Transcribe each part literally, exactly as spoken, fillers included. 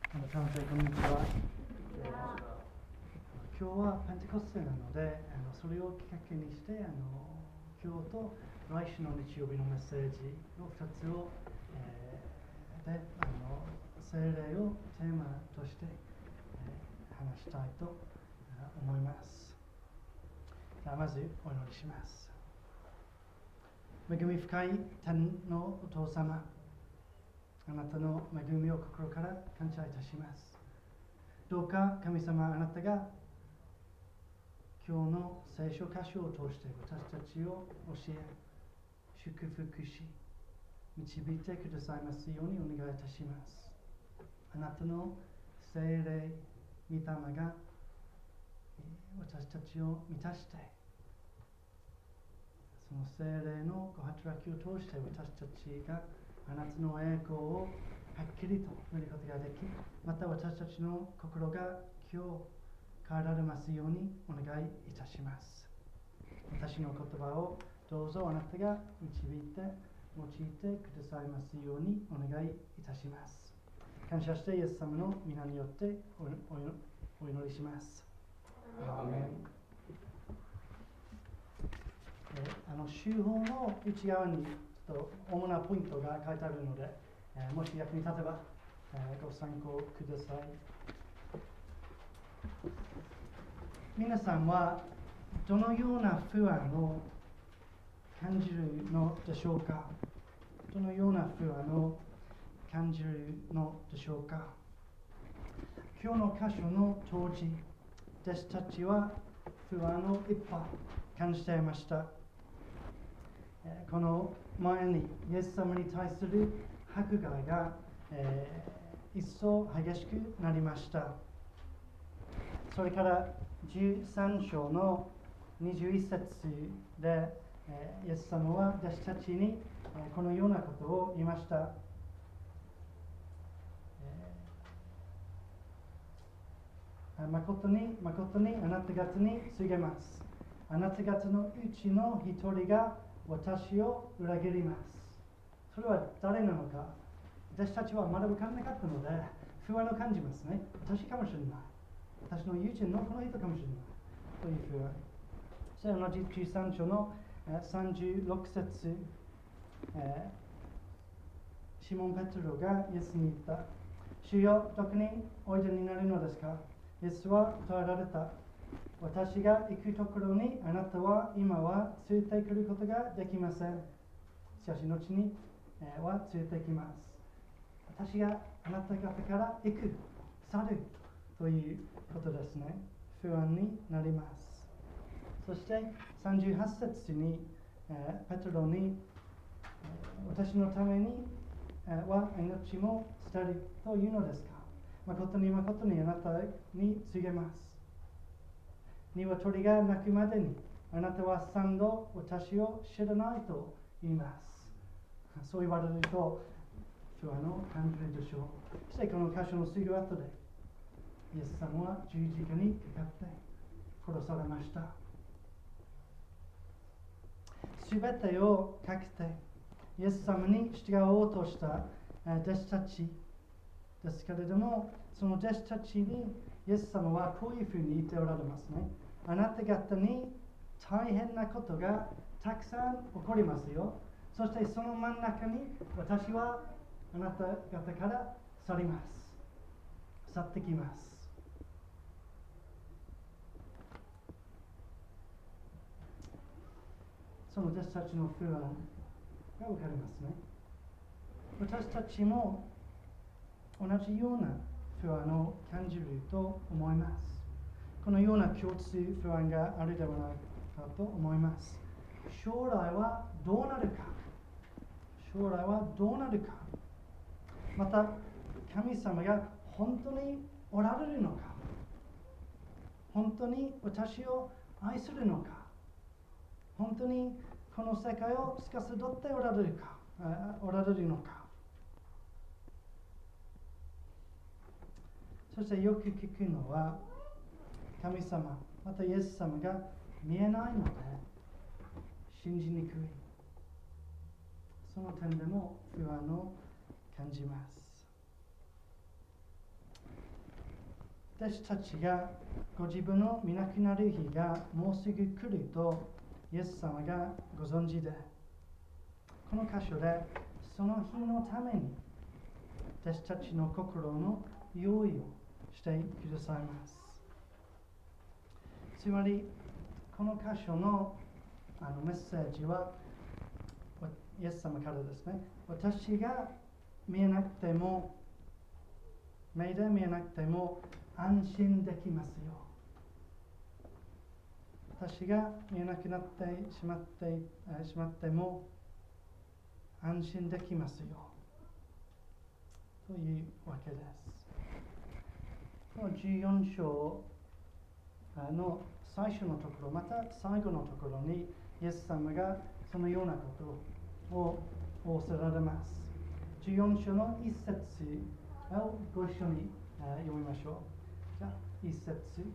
改めてこんにちは。えー、今日はペンテコステなので、あのそれをきっかけにしてあの今日と来週の日曜日のメッセージのふたつを、えー、であの聖霊をテーマとして、えー、話したいと思います。ではまずお祈りします。恵み深い天のお父様、あなたの恵みを心から感謝いたします。どうか神様、あなたが今日の聖書箇所を通して私たちを教え、祝福し、導いてくださいますようにお願いいたします。あなたの聖霊、御霊が私たちを満たして、その聖霊のご働きを通して私たちがあなたの栄光をはっきりと見ることができ、また私たちの心が今日変えられますようにお願いいたします。私の言葉をどうぞあなたが導いて用いてくださいますようにお願いいたします。感謝してイエス様の皆によってお祈りします。アーメン。あの手法の内側にちょっと主なポイントが書いてあるので、えー、もし役に立てば、えー、ご参考ください。皆さんはどのような不安を感じるのでしょうか？どのような不安を感じるのでしょうか？今日の箇所の当時、弟子たちは不安をいっぱい感じていました。この前にイエス様に対する迫害が、えー、一層激しくなりました。それからじゅうさん章のにじゅういち節で、えー、イエス様は弟子たちに、えー、このようなことを言いました。えー、誠に誠にあなた方に告げます。あなた方のうちの一人が私を裏切ります。それは誰なのか、私たちはまだ分からなかったので不安を感じますね。私かもしれない。私の友人のこの人かもしれないという不安。そして同じじゅうさん章のさんじゅうろく節、えー、シモン・ペテロがイエスに言った。主よ、どこにおいでになるのですか？イエスは問われた。私が行くところにあなたは今はついてくることができません。しかし後に、えー、はついてきます。私があなた方から行く、去るということですね。不安になります。そしてさんじゅうはち節に、えー、ペテロに、えー、私のために、えー、は命も捨てるというのですか？誠に誠にあなたに告げます。鶏が鳴くまでにあなたは三度私を知らないと言います。そう言われると不安を感じるでしょう。そしてこの箇所のすぐ後でイエス様は十字架にかかって殺されました。すべてをかけてイエス様に従おうとした弟子たちですけれども、その弟子たちにイエス様はこういうふうに言っておられますね。あなた方に大変なことがたくさん起こりますよ。そしてその真ん中に私はあなた方から去ります。去ってきます。その弟子たちの不安が分かりますね。私たちも同じような不安を感じると思います。このような共通不安があるではないかと思います。将来はどうなるか。将来はどうなるか。また、神様が本当におられるのか。本当に私を愛するのか。本当にこの世界を司っておられるか、おられるのか。そしてよく聞くのは、神様、またイエス様が見えないので信じにくい。その点でも不安を感じます。 私たちがご自分の見なくなる日がもうすぐ来るとイエス様がご存知で、この箇所でその日のために私たちの心の用意をしてくださいます。つまりこの箇所のあのメッセージはイエス様からですね、私が見えなくても、目で見えなくても安心できますよ。私が見えなくなってしまってしまっても安心できますよというわけです。このじゅうよん章の最初のところ、また最後のところにイエス様がそのようなことを仰せられます。じゅうよん章の一節をご一緒に読みましょう。じゃあ一節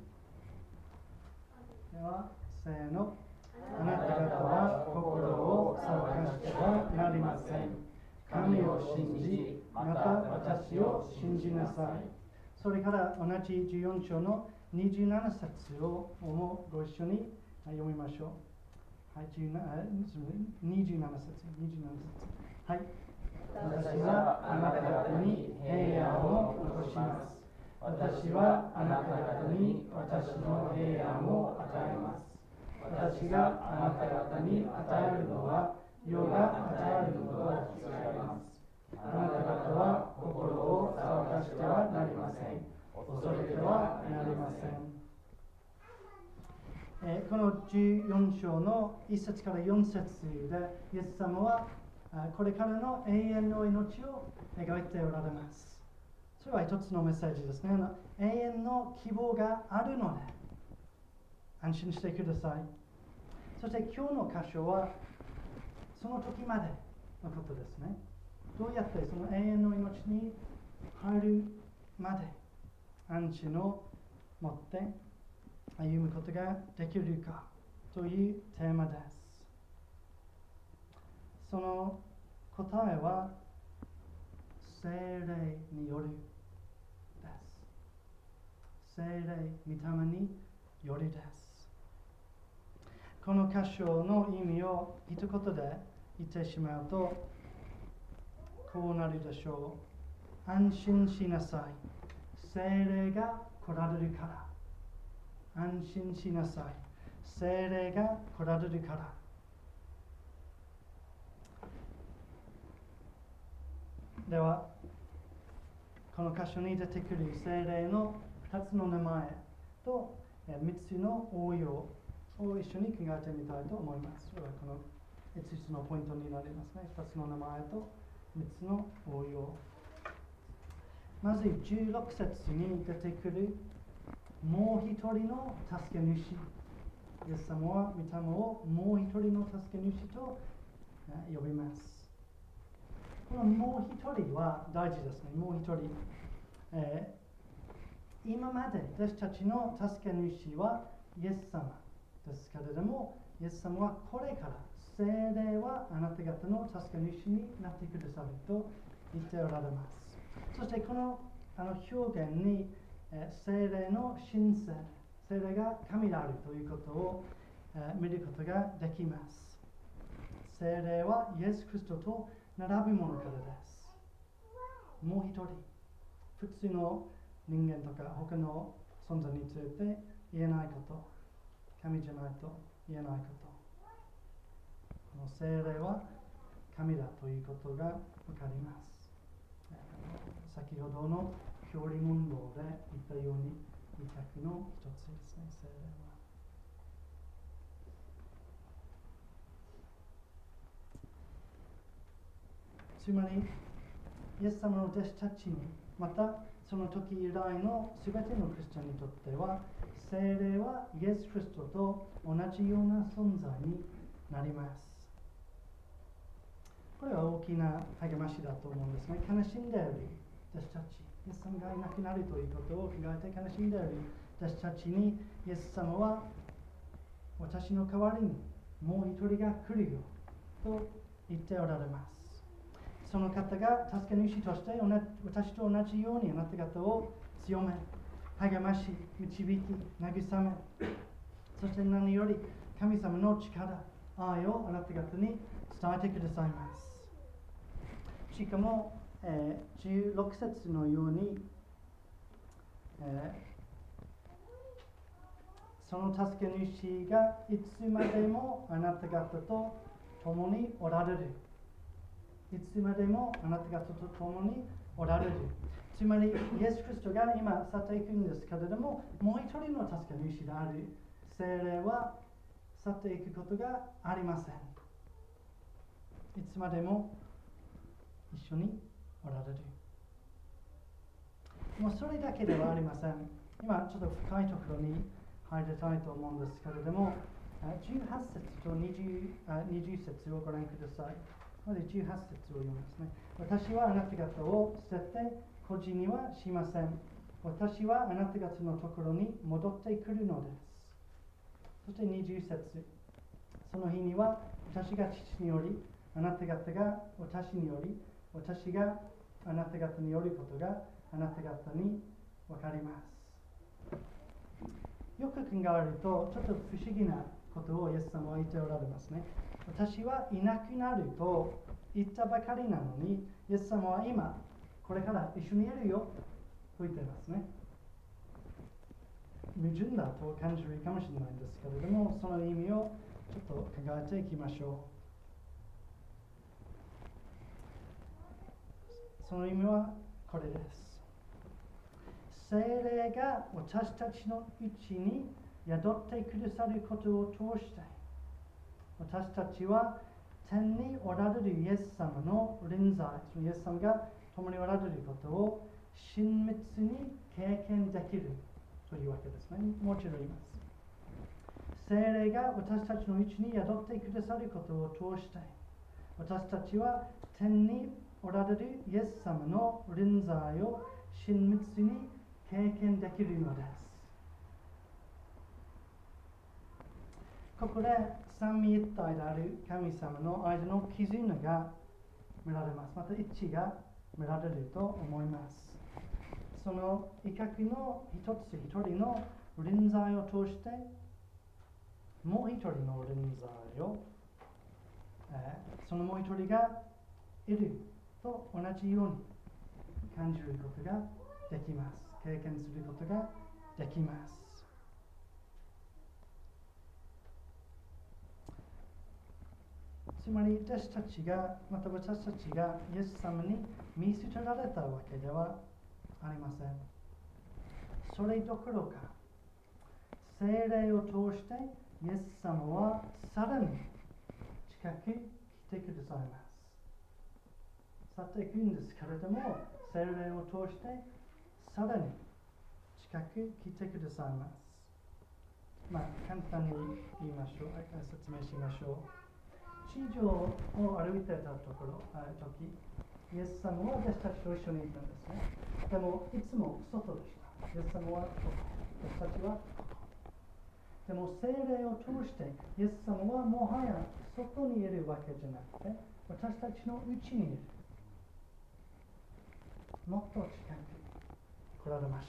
では、せーの。あなた方は心を騒がしてはなりません。神を信じ、また私を信じなさい。それから同じじゅうよん章のにじゅうなな節をもご一緒に読みましょう。はい、にじゅうなな節。にじゅうなな節。はい。私はあなた方に平安を残します。私はあなた方に私の平安を与えます。私があなた方に与えるのは世が与えるのと違います。あなた方は心を騒がしてはなりません。恐れてはなりません。えー、このじゅうよん章のいっ節からよん節でイエス様はこれからの永遠の命を描いておられます。それは一つのメッセージですね。永遠の希望があるので安心してください。そして今日の箇所はその時までのことですね。どうやってその永遠の命に入るまで安心を持って歩むことができるかというテーマです。その答えは聖霊によるです。聖霊、御霊によるです。この箇所の意味を一言で言ってしまうとこうなるでしょう。安心しなさい。聖霊が来られるから。安心しなさい。聖霊が来られるから。では、この箇所に出てくる聖霊のふたつの名前とみっつの応用を一緒に考えてみたいと思います。それはこのいつつのポイントになりますね。ふたつの名前とみっつの応用。まずじゅうろく節に出てくるもう一人の助け主。イエス様は御霊をもう一人の助け主と呼びます。このもう一人は大事ですね。もう一人、えー、今まで私たちの助け主はイエス様ですけれども、イエス様はこれから聖霊はあなた方の助け主になってくださると言っておられます。そしてこのあの表現に、えー、聖霊の神聖、聖霊が神であるということを、えー、見ることができます。聖霊はイエス・キリストと並ぶものからです。もう一人、普通の人間とか他の存在について言えないこと、神じゃないと言えないこと。この聖霊は神だということがわかります。先ほどの表裏問答で言ったように、二脚の一つですね、聖霊は。つまり、イエス様の弟子たちに、またその時以来のすべてのクリスチャンにとっては、聖霊はイエス・キリストと同じような存在になります。これは大きな励ましだと思うんですね。悲しんでいる弟子たち、イエス様がいなくなるということを考えて悲しんでいる弟子たちに、イエス様は私の代わりにもう一人が来るよと言っておられます。その方が助け主として私と同じようにあなた方を強め、 励まし、導き、慰め、そして何より神様の力、愛をあなた方に伝えてくださいます。しかも、えー、じゅうろく節のように、えー、その助け主がいつまでもあなた方と共におられる。いつまでもあなた方と共におられる。つまり、イエス・キリストが今去っていくんですけれども、もう一人の助け主である聖霊は去っていくことがありません。いつまでも一緒におられる。もうそれだけではありません。今ちょっと深いところに入りたいと思うんですけれども、じゅうはち節と 20, 20節をご覧ください。まずじゅうはち節を読みますね。私はあなた方を捨てて孤児にはしません。私はあなた方のところに戻ってくるのです。そしてにじゅう節。その日には私が父により、あなた方が私により、私があなた方によることがあなた方に分かります。よく考えると、ちょっと不思議なことをイエス様は言っておられますね。私はいなくなると言ったばかりなのに、イエス様は今、これから一緒にいるよと言っていますね。矛盾だと感じるかもしれないんですけれども、その意味をちょっと考えていきましょう。その意味はこれです。聖霊が私たちのうちに宿ってくださることを通して、私たちは天におられるイエス様の臨在、そのイエス様が共におられることを親密に経験できるというわけですね。もう一度言います。聖霊が私たちのうちに宿ってくださることを通して、私たちは天におられるイエス様の臨在を親密に経験できるのです。ここで三位一体である神様の間の絆が見られます。また一致が見られると思います。その威嚇の一つ一人の臨在を通して、もう一人の臨在を、えー、そのもう一人がいると同じように感じることができます。経験することができます。つまり私たちが、また私たちがイエス様に見捨てられたわけではありません。それどころか、聖霊を通してイエス様はさらに近く来てくださいます。去っていくんですけれども、聖霊を通してさらに近く来てくださいます。まあ、簡単に言いましょう、説明しましょう。地上を歩いてたところ、時、イエス様は私たちと一緒にいたんですね。でも、いつも外でした。イエス様はここ、私たちはここ。でも、聖霊を通して、イエス様はもはや外にいるわけじゃなくて、私たちのうちにいる。もっと近く来られました。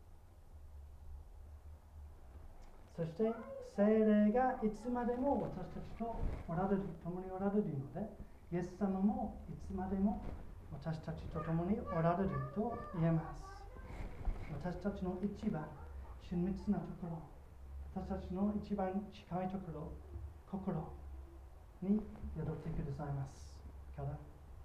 そして、聖霊がいつまでも私たちとおられる、共におられるので、イエス様もいつまでも私たちと共におられると言えます。私たちの一番親密なところ、私たちの一番近いところ、心に宿ってくださいますから。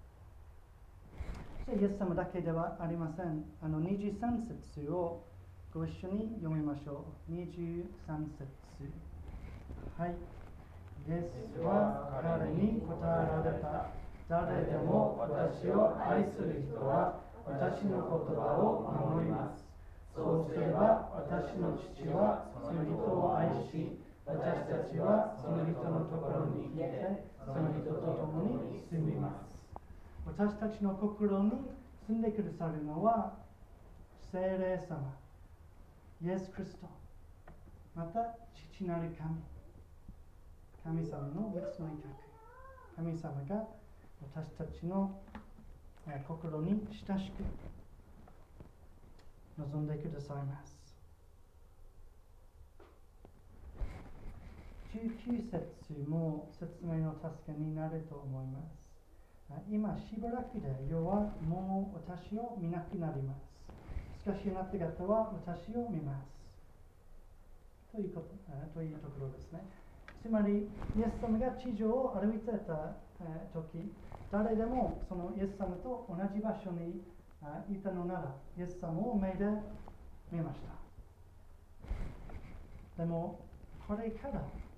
そしてイエス様だけではありません。あのにじゅうさん節をご一緒に読みましょう。にじゅうさん節。はい。イエスは彼に答えられた。誰でも私を愛する人は私の言葉を守ります。そうすれば私の父はその人を愛し、私たちはその人のところに来て、その人と共に住みます。私たちの心に住んでくださるのは聖霊様、イエス・キリスト、また父なる神、神様の別の威嚇、神様が私たちの心に親しく望んでくださいます。じゅうきゅう節も説明の助けになると思います。今しばらくで世はもう私を見なくなります。しかしあなた方は私を見ます。ということ、というところですね。つまり、イエス様が地上を歩いていた時、誰でもそのイエス様と同じ場所にいたのなら、イエス様を目で見ました。でも、これから、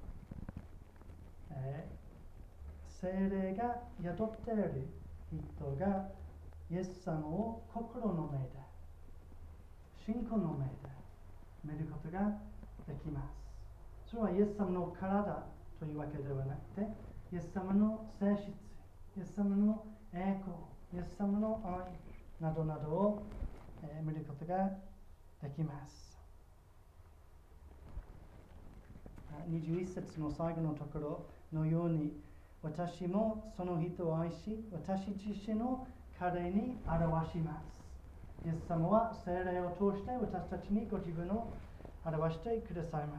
えー、聖霊が宿っている人がイエス様を心の目で、信仰の目で見ることができます。それはイエス様の体というわけではなくて、イエス様の性質、イエス様の栄光、イエス様の愛などなどを、えー、見ることができます。にじゅういっ節の最後のところのように、私もその人を愛し、私自身を彼に表します。イエス様は聖霊を通して私たちにご自分を表してくださいます。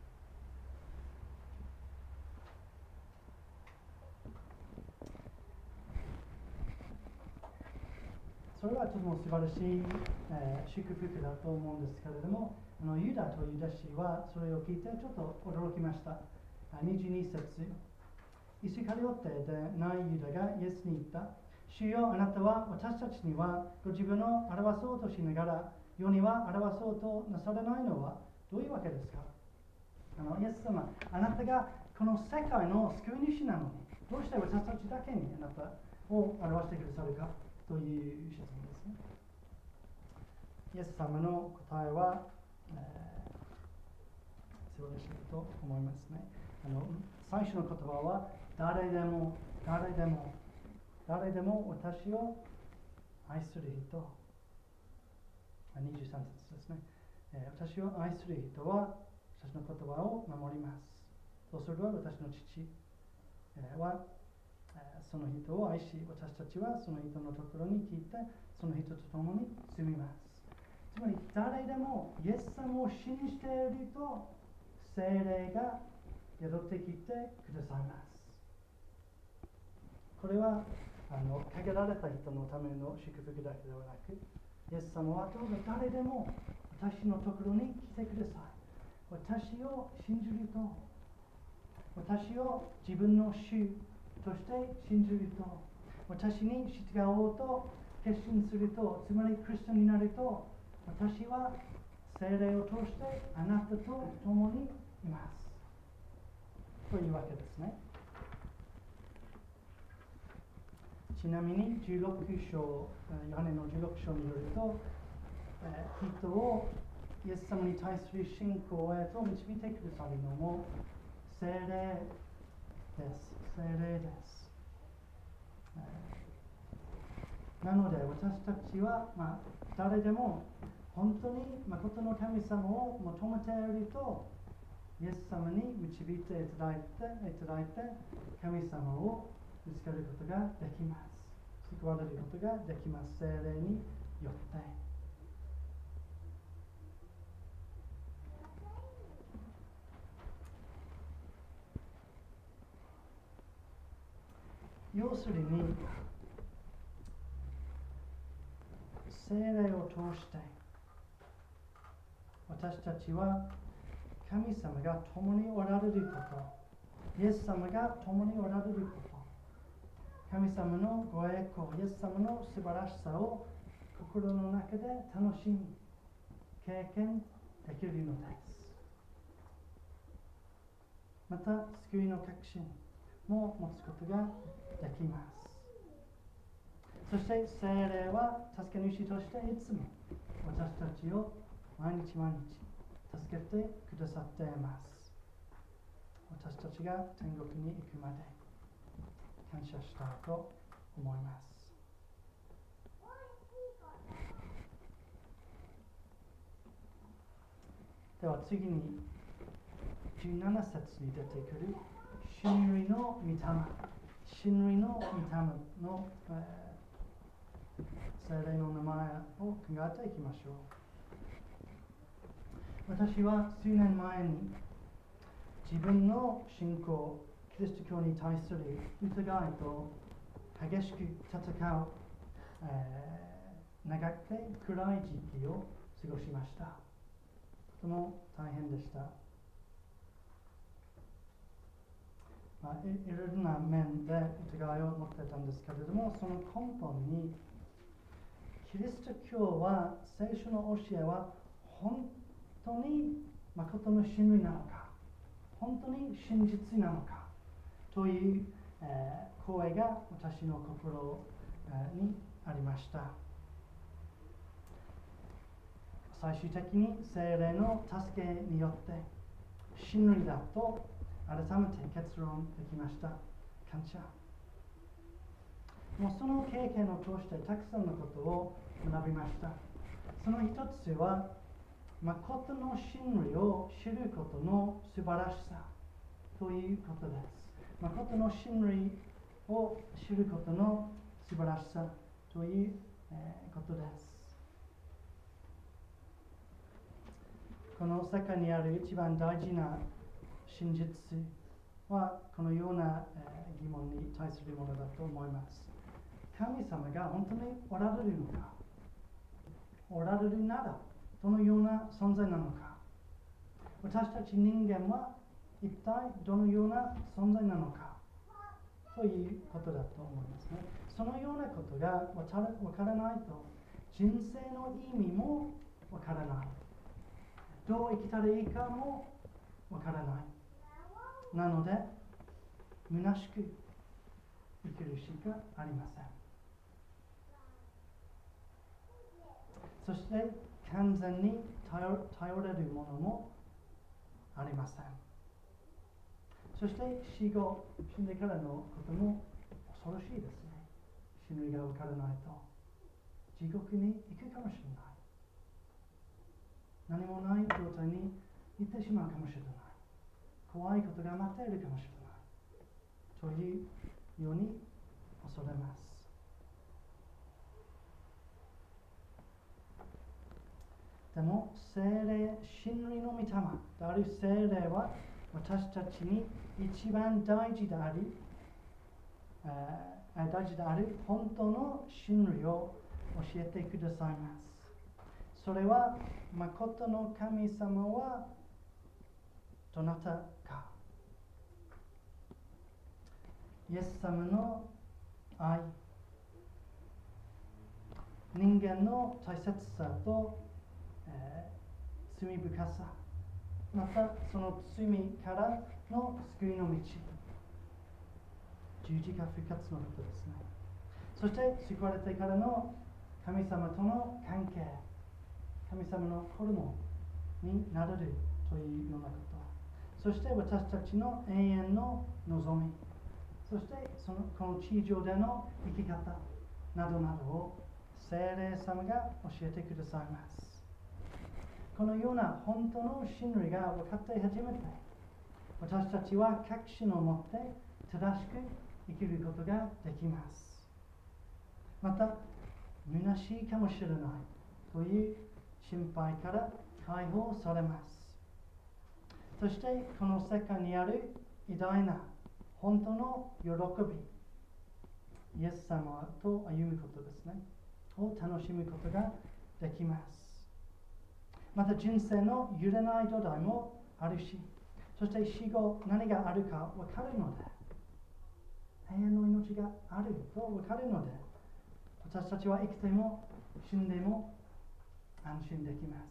それはとても素晴らしい、えー、祝福だと思うんですけれども、あのユダという弟子はそれを聞いてちょっと驚きました。にじゅうに節、イスカリオテでないユダがイエスに言った。主よ、あなたは私たちにはご自分を表そうとしながら、世には表そうとなさらないのはどういうわけですか？あのイエス様、あなたがこの世界の救い主なのに、どうして私たちだけにあなたを表してくださるかという質問ですね。イエス様の答えは、えー、素晴らしいと思いますね。あの最初の言葉は、誰でも、誰でも、誰でも私を愛する人、にじゅうさん節ですね。えー、私を愛する人は、私の言葉を守ります。そうすると私の父は、その人を愛し、私たちはその人のところに聞いて、その人と共に住みます。つまり、誰でもイエス様を信じていると、聖霊が宿ってきてくださいます。これはあの限られた人のための祝福だけではなく、イエス様はどうぞ誰でも私のところに来てください。私を信じると、私を自分の主として信じると、私に従おうと決心すると、つまりクリスチャンになると、私は聖霊を通してあなたと共にいますというわけですね。ちなみにじゅうろく章、ヨハネのじゅうろく章によると、えー、人をイエス様に対する信仰へと導いてくださるのも聖霊です。聖霊です。えー、なので私たちは、まあ、誰でも本当に誠の神様を求めていると、イエス様に導いていただいて、いただいて神様を見つけることができます。救われることができます。聖霊によって。要するに、聖霊を通して私たちは神様が共におられること、イエス様が共におられること、神様のご栄光、イエス様の素晴らしさを心の中で楽しみ、経験できるのです。また、救いの確信も持つことができます。そして、聖霊は助け主としていつも私たちを毎日毎日助けてくださっています。私たちが天国に行くまで感謝したいと思います。では次にじゅうなな節に出てくる親類の御霊、親類の御霊の、えー、聖霊の名前を考えていきましょう。 私は数年前に自分の信仰、キリスト教に対する疑いと激しく戦う、えー、長くて暗い時期を過ごしました。とても大変でした。まあ、い, いろいろな面で疑いを持っていたんですけれども、その根本にキリスト教は、聖書の教えは本当に誠の真理なのか、本当に真実なのかという、えー、声が私の心、えー、にありました。最終的に聖霊の助けによって真理だと改めて結論できました。感謝。もうその経験を通してたくさんのことを学びました。その一つは、誠の真理を知ることの素晴らしさということです。誠の真理を知ることの素晴らしさという、えー、ことです。この世界にある一番大事な真実はこのような、えー、疑問に対するものだと思います。神様が本当におられるのか、おられるならどのような存在なのか、私たち人間は一体どのような存在なのかということだと思いますね。そのようなことがわからないと人生の意味もわからない、どう生きたらいいかもわからない。なので虚しく生きるしかありません。そして完全に 頼, 頼れるものもありません。そして死後、死んでからのことも恐ろしいですね。真理が分からないと地獄に行くかもしれない。何もない状態に行ってしまうかもしれない。怖いことが待っているかもしれないというように恐れます。でも聖霊、真理の御霊である聖霊は私たちに一番大事であり、えー、大事である本当の真理を教えてくださいます。それは、誠の神様はどなたか、イエス様の愛、人間の大切さと、えー、罪深さ、またその罪からの救いの道、十字架復活のことですね。そして救われてからの神様との関係、神様の子供になれるというようなこと、そして私たちの永遠の望み、そしてそのこの地上での生き方などなどを聖霊様が教えてくださいます。このような本当の真理が分かって初めて、私たちは確信を持って正しく生きることができます。また、虚しいかもしれないという心配から解放されます。そして、この世界にある偉大な本当の喜び、イエス様と歩むことですね、を楽しむことができます。また人生の揺れない土台もあるし、そして死後何があるか分かるので、永遠の命があると分かるので、私たちは生きても死んでも安心できます。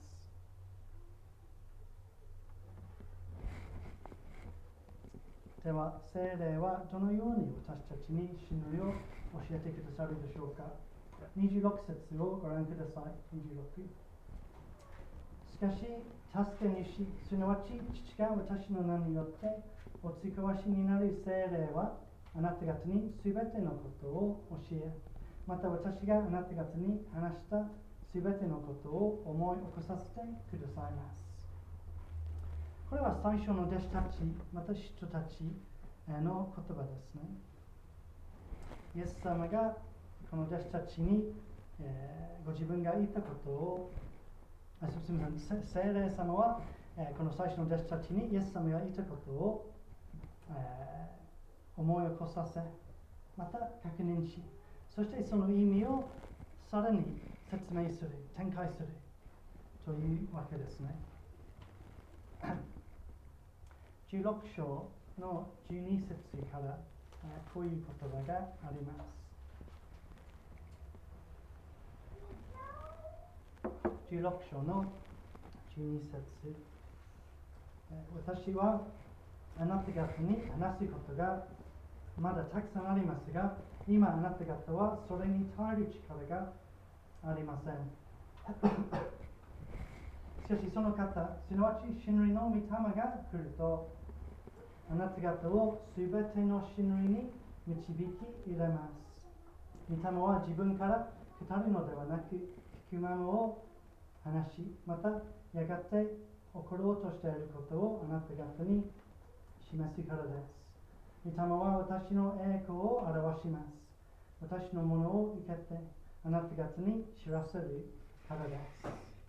では、聖霊はどのように私たちに真理を教えてくださるでしょうか。にじゅうろく節をご覧ください。にじゅうろく。しかし、助け主、すなわち父が私の名によってお使わしになる聖霊は、あなた方にすべてのことを教え、また私があなた方に話したすべてのことを思い起こさせてくださいます。これは最初の弟子たち、また人たちの言葉ですね。イエス様がこの弟子たちに、えー、ご自分が言ったことをあすみません、聖霊様は、えー、この最初の弟子たちにイエス様が言ったことを、えー、思い起こさせ、また確認し、そしてその意味をさらに説明する、展開するというわけですね。じゅうろく章のじゅうに節から、えー、こういう言葉があります。じゅうろく章のじゅうに節、私はあなた方に話すことがまだたくさんありますが、今あなた方はそれに耐える力がありません。しかしその方、すなわち真理の御霊が来ると、あなた方をすべての真理に導き入れます。御霊は自分から語るのではなく、聞くままを話し、またやがて起ころうとしていることをあなた方に示すからです。御霊は私の栄光を表します。私のものを受けてあなた方に知らせるからです。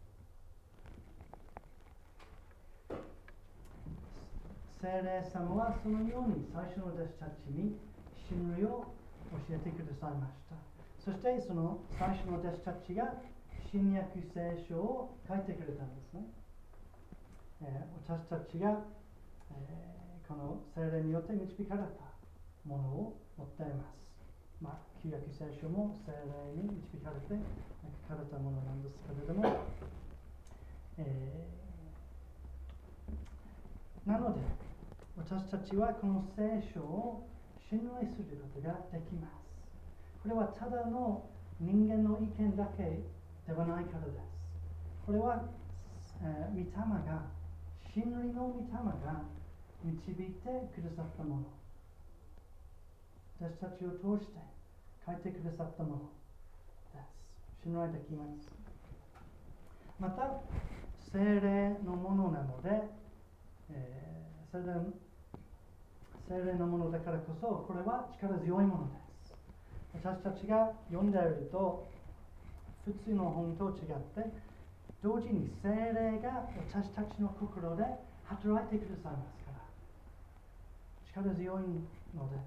聖霊様はそのように最初の弟子たちに真理を教えてくださいました。そしてその最初の弟子たちが新約聖書を書いてくれたんですね。えー、私たちが、えー、この聖霊によって導かれたものを持っています。まあ、旧約聖書も聖霊に導かれて書かれたものなんですけれども、えー、なので私たちはこの聖書を信頼することができます。これはただの人間の意見だけではないからです。これは、えー、御霊が、真理の御霊が導いてくださったもの、私たちを通して書いてくださったものです。信頼できます。また、聖霊のものなので、えー、聖霊、聖霊のものだからこそ、これは力強いものです。私たちが読んでいると、普通の本と違って、同時に聖霊が私たちの心で働いてくださいますから、力強いのです。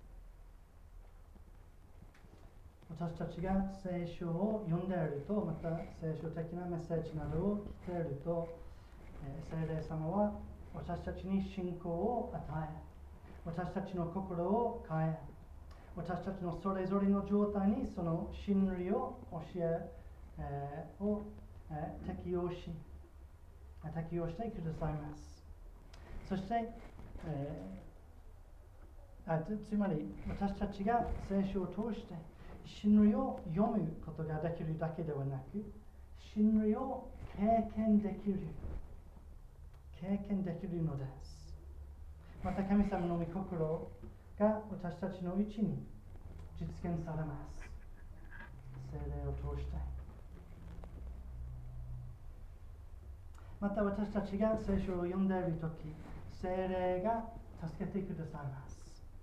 私たちが聖書を読んでいると、また聖書的なメッセージなどを聞いていると、えー、聖霊様は私たちに信仰を与え、私たちの心を変え、私たちのそれぞれの状態にその真理を教え、えー、を、えー、適用し、適用してくださいます。そして、えー、あ つ, つまり私たちが聖書を通して真理を読むことができるだけではなく、真理を経験できる、経験できるのです。また神様の御心が私たちのうちに実現されます。聖霊を通して。また私たちが聖書を読んでいるとき、聖霊が助けてくださいます。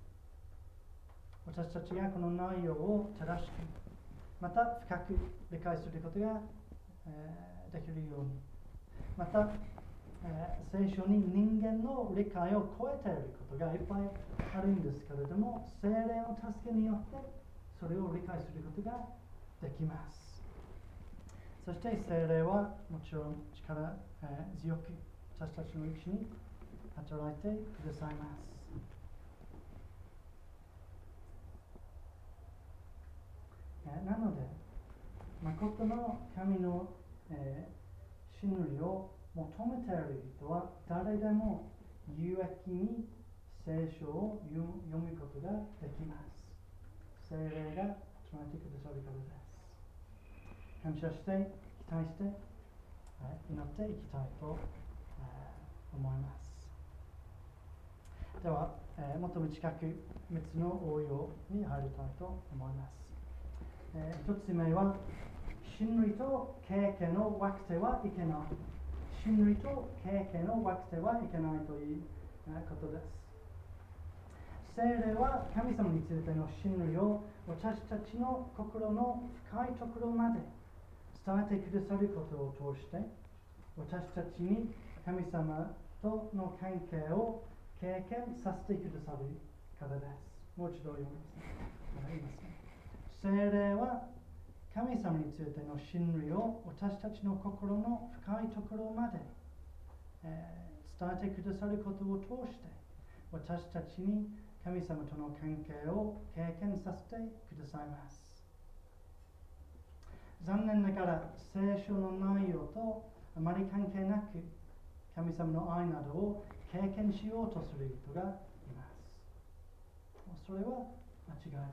私たちがこの内容を正しく、また深く理解することが、えー、できるように。また、えー、聖書に人間の理解を超えていることがいっぱいあるんですけれども、聖霊の助けによってそれを理解することができます。そして聖霊はもちろん力、えー、強く私たちのうちに働いてくださいます。えー、なので、誠の神の、えー、真理を求めている人は誰でも有益に聖書を読むことができます。聖霊が唱えてくださるからです。感謝して、期待して、祈っていきたいと思います。では、えー、もっと短くみっつの応用に入りたいと思います。えー、ひとつめは、真理と経験を分けてはいけない。真理と経験を分けてはいけないということです。聖霊は神様についての真理を私たちの心の深いところまで伝えてくださることを通して、私たちに神様との関係を経験させてくださるからです。もう一度読みますね。聖霊は神様についての真理を私たちの心の深いところまで、えー、伝えてくださることを通して、私たちに神様との関係を経験させてくださいます。残念ながら聖書の内容とあまり関係なく、神様の愛などを経験しようとする人がいます。それは間違いです。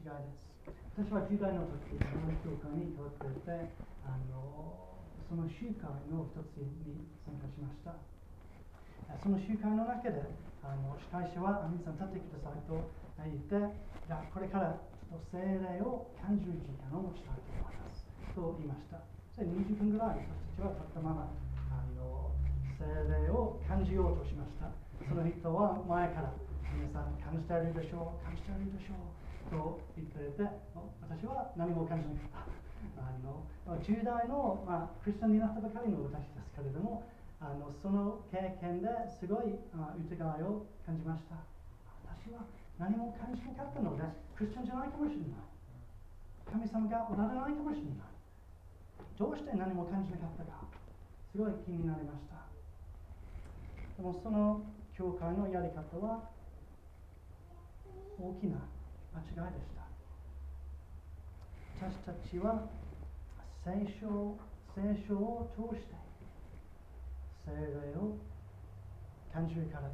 間違いです。私はじゅう代の時、この教会に通っていて、あのその集会の一つに参加しました。その集会の中で、あの司会者は、皆さん立ってくださいと言って、じゃあこれから聖霊を感じる時間を持ちたいと思いますと言いました。それにじゅっぷんぐらい私たちは立ったままあの聖霊を感じようとしました。その人は前から皆さん感じているでしょう、感じているでしょうと言っていて、私は何も感じなかった。あのじゅう代の、まあ、クリスチャンになったばかりの私ですけれども、あのその経験ですごいあ疑いを感じました。私は何も感じなかったのです。クリスチャンじゃないかもしれない。神様がおられないかもしれない。どうして何も感じなかったか、すごい気になりました。でもその教会のやり方は大きな間違いでした。私たちは聖書、聖書を通して聖霊を感じるからです。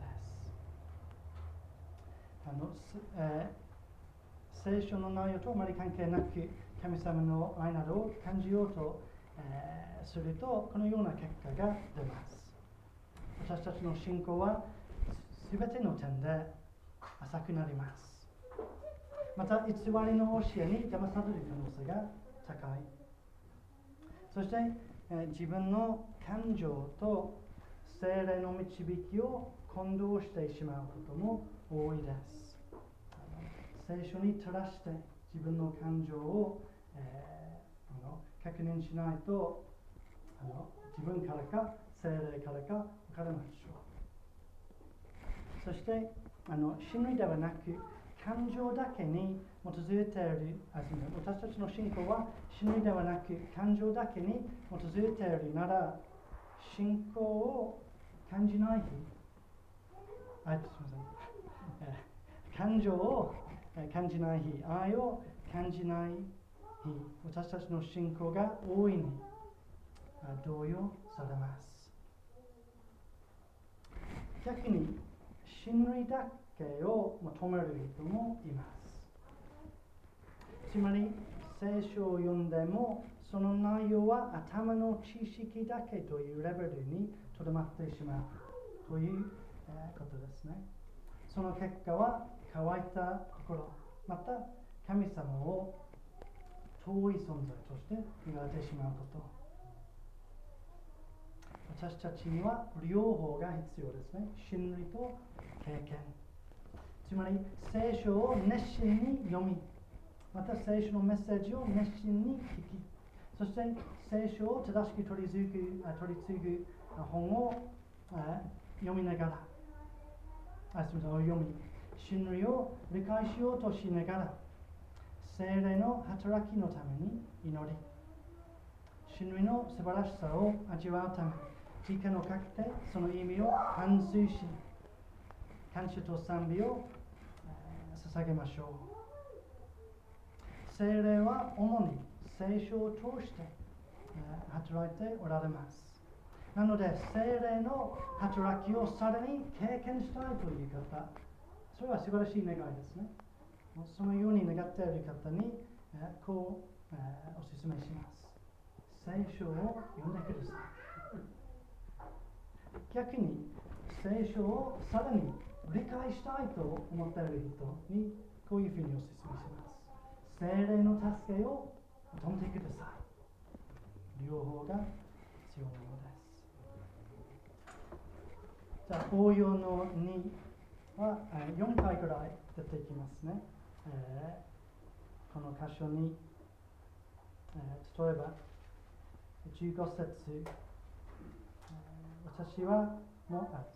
あの、えー、聖書の内容とあまり関係なく、神様の愛などを感じようと、えー、すると、このような結果が出ます。私たちの信仰はすべての点で浅くなります。また、偽りの教えに騙される可能性が高い。そして、えー、自分の感情と聖霊の導きを混同してしまうことも多いです。聖書に照らして自分の感情を、えー、あの確認しないと、あの自分からか聖霊からかわからないでしょう。そしてあの真理ではなく感情だけに基づいている、あ私たちの信仰は真理ではなく感情だけに基づいているなら、信仰を感じない日、あ、すみません、えー、感情を感じない日、愛を感じない日、私たちの信仰が大いに動揺されます。逆に真理だけを求める人もいます。つまり聖書を読んでもその内容は頭の知識だけというレベルにとどまってしまうという、えー、ことですね。その結果は乾いた心、また神様を遠い存在として見られてしまうこと。私たちには両方が必要ですね。真理と経験。つまり聖書を熱心に読み、また聖書のメッセージを熱心に聞き、そして聖書を正しく取り継ぐ、取り継ぐ本を読みながら、あ、すみません、読み、真理を理解しようとしながら、聖霊の働きのために祈り、真理の素晴らしさを味わうため、時間をかけてその意味を反芻し、感謝と賛美を捧げましょう。聖霊は主に聖書を通して働いておられます。なので聖霊の働きをさらに経験したいという方、それは素晴らしい願いですね。そのように願っている方にこうお勧めします。聖書を読んでください。逆に聖書をさらに理解したいと思っている人にこういうふうにお勧めします。聖霊の助けを求めてください。両方が必要なのです。じゃあ応用のにはよんかいくらい出てきますね。えー、この箇所にえー、例えばじゅうご節、えー、私はもあ、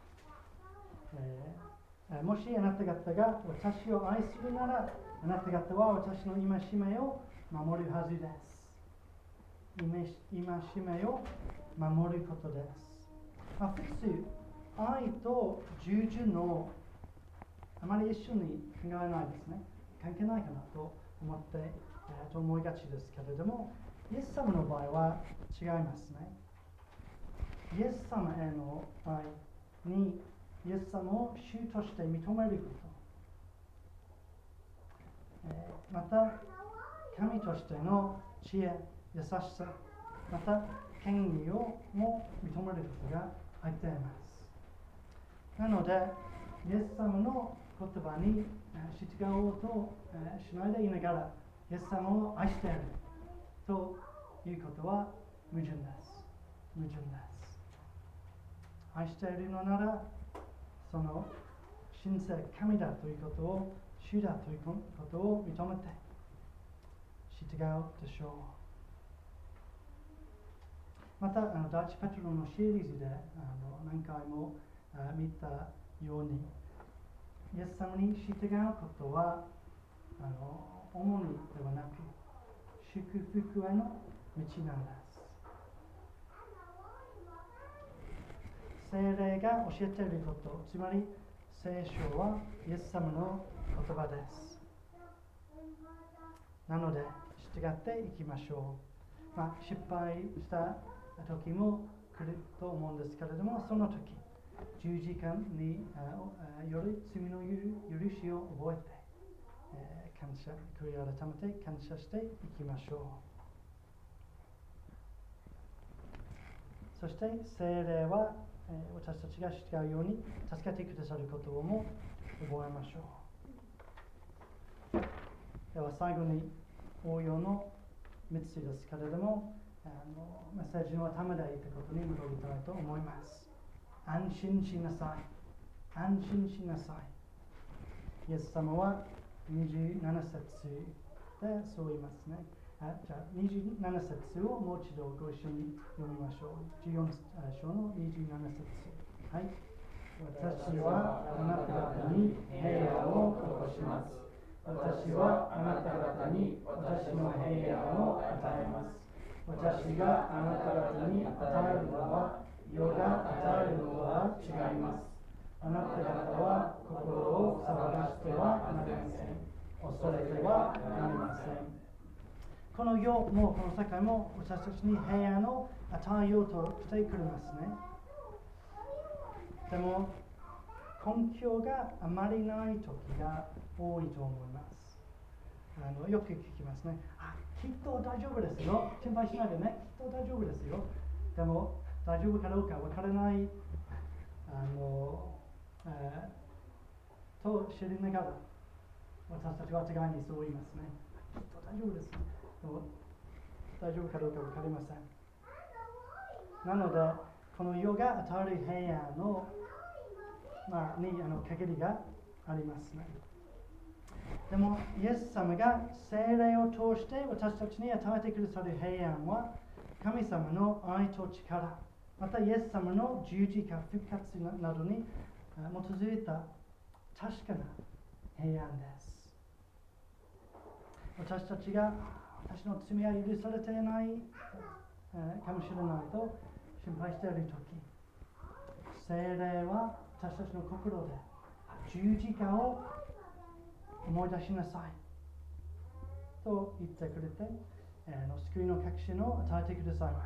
えー、もしあなた方が私を愛するなら、あなた方は私の戒めを守るはずです。戒めを守ることです。まあ、普通、愛と従順のあまり一緒に考えないですね。関係ないかなと思って、えー、と思いがちですけれども、イエス様の場合は違いますね。イエス様への愛に、イエス様を主として認めること、えー、また神としての知恵、優しさ、また権威をも認めることが入っています。なので、イエス様の言葉に従おうとしないでいながら、イエス様を愛しているということは矛盾です。矛盾です。愛しているのなら、その神聖神だということを、主だということを認めて従うでしょう。また、あの第一ペテロのシリーズであの何回もあ見たように、イエス様に従うことはあの主にではなく、祝福への道なんです。聖霊が教えていること、つまり聖書はイエス様の言葉です。なので、従っていきましょう。まあ、失敗した時も来ると思うんですけれども、その時、十字架により罪の許しを覚えて、えー、感謝、悔い改めて感謝していきましょう。そして聖霊は、えー、私たちが従うように助けてくださることをも覚えましょう。では最後に応用のみっつですけれども、あのメッセージのためでいたことに戻りたいと思います。安心しなさい。安心しなさい。イエス様はにじゅうなな節でそう言いますね。あじゃあにじゅうなな節をもう一度ご一緒に読みましょう。じゅうよん章のにじゅうなな節。はい。私はあなた方に平安を残します。私はあなた方に私の平安を与えます。私があなた方に与えるのは世が与えるのとは違います。あなた方は心を騒がしてはなりません。恐れてはなりません。この世もこの世界も私たちに平安を与えようとしてくれますね。でも根拠があまりない時が多いと思います。あのよく聞きますね。あ、きっと大丈夫ですよ。心配しないでね。きっと大丈夫ですよ。でも大丈夫かどうかわからないあの、えー、と知りながら私たちは違いにそう言いますね。きっと大丈夫です。でも大丈夫かどうかわかりません。なのでこの世が与える平安の、まあ、にあの限りがありますね。でもイエス様が聖霊を通して私たちに与えてくださる平安は神様の愛と力、またイエス様の十字架復活などに基づいた確かな平安です。私たちが私の罪は許されていない、えー、かもしれないと心配しているとき、聖霊は私たちの心で十字架を思い出しなさいと言ってくれて、えー、の救いの確信を与えてくださいます。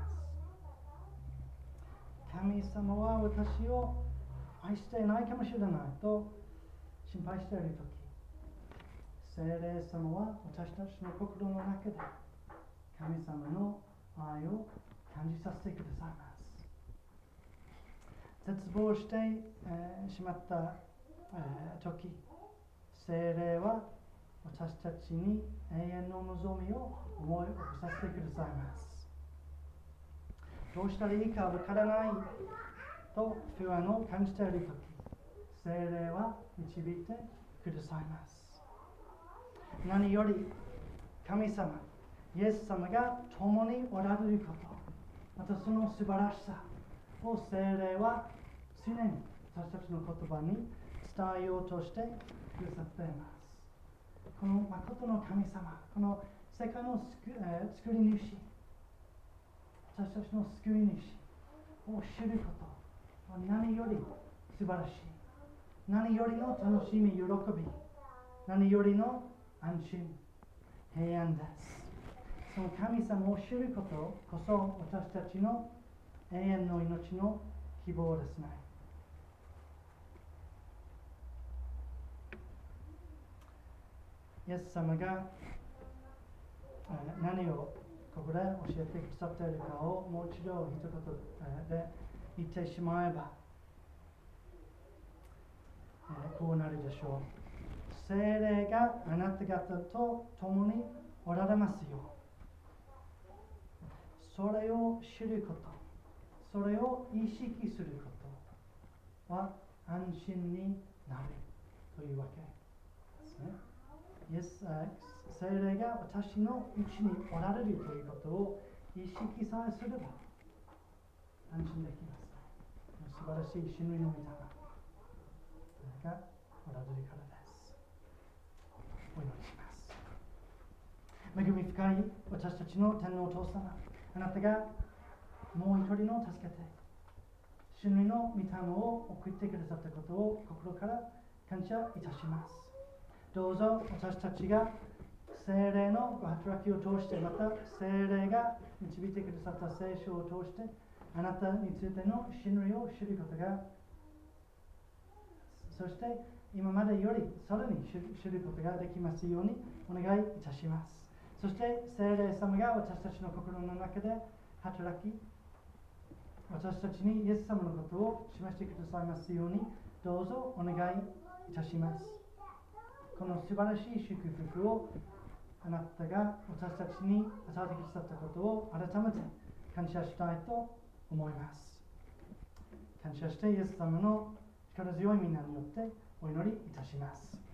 神様は私を愛していないかもしれないと心配しているとき、聖霊様は私たちの心の中で神様の愛を感じさせてくださいます。絶望して、えー、しまった、えー、時、聖霊は私たちに永遠の望みを思い起こさせてくださいます。どうしたらいいかわからないと不安を感じているとき、聖霊は導いてくださいます。何より神様、 イエス様が共におられること、またその素晴らしさを聖霊は常に私たちの言葉に伝えようとしてくださっています。この誠の神様、この世界の救、えー、救い主、私たちの救い主を知ることは何より素晴らしい。何よりの楽しみ、喜び、何よりの安心、平安です。その神様を知ることこそ私たちの永遠の命の希望ですね。イエス様が何をここで教えてくださっているかをもう一度一言で言ってしまえば、こうなるでしょう。聖霊があなた方と共におられますよ。それを知ること、それを意識することは安心になるというわけですね。イエス、聖霊が私のうちにおられるということを意識さえすれば安心できます。素晴らしい真理の御霊がおられるからです。お祈りします。恵み深い私たちの天皇お父様、あなたがもう一人の助けて真理の御霊を送ってくださったことを心から感謝いたします。どうぞ私たちが聖霊のご働きを通して、また聖霊が導いてくださった聖書を通してあなたについての真理を知ることが、そして今までよりさらに知ることができますようにお願いいたします。そして聖霊様が私たちの心の中で働き、私たちにイエス様のことを示してくださいますようにどうぞお願いいたします。この素晴らしい祝福をあなたが私たちに与えてくださったことを改めて感謝したいと思います。感謝してイエス様の力強い皆によってお祈りいたします。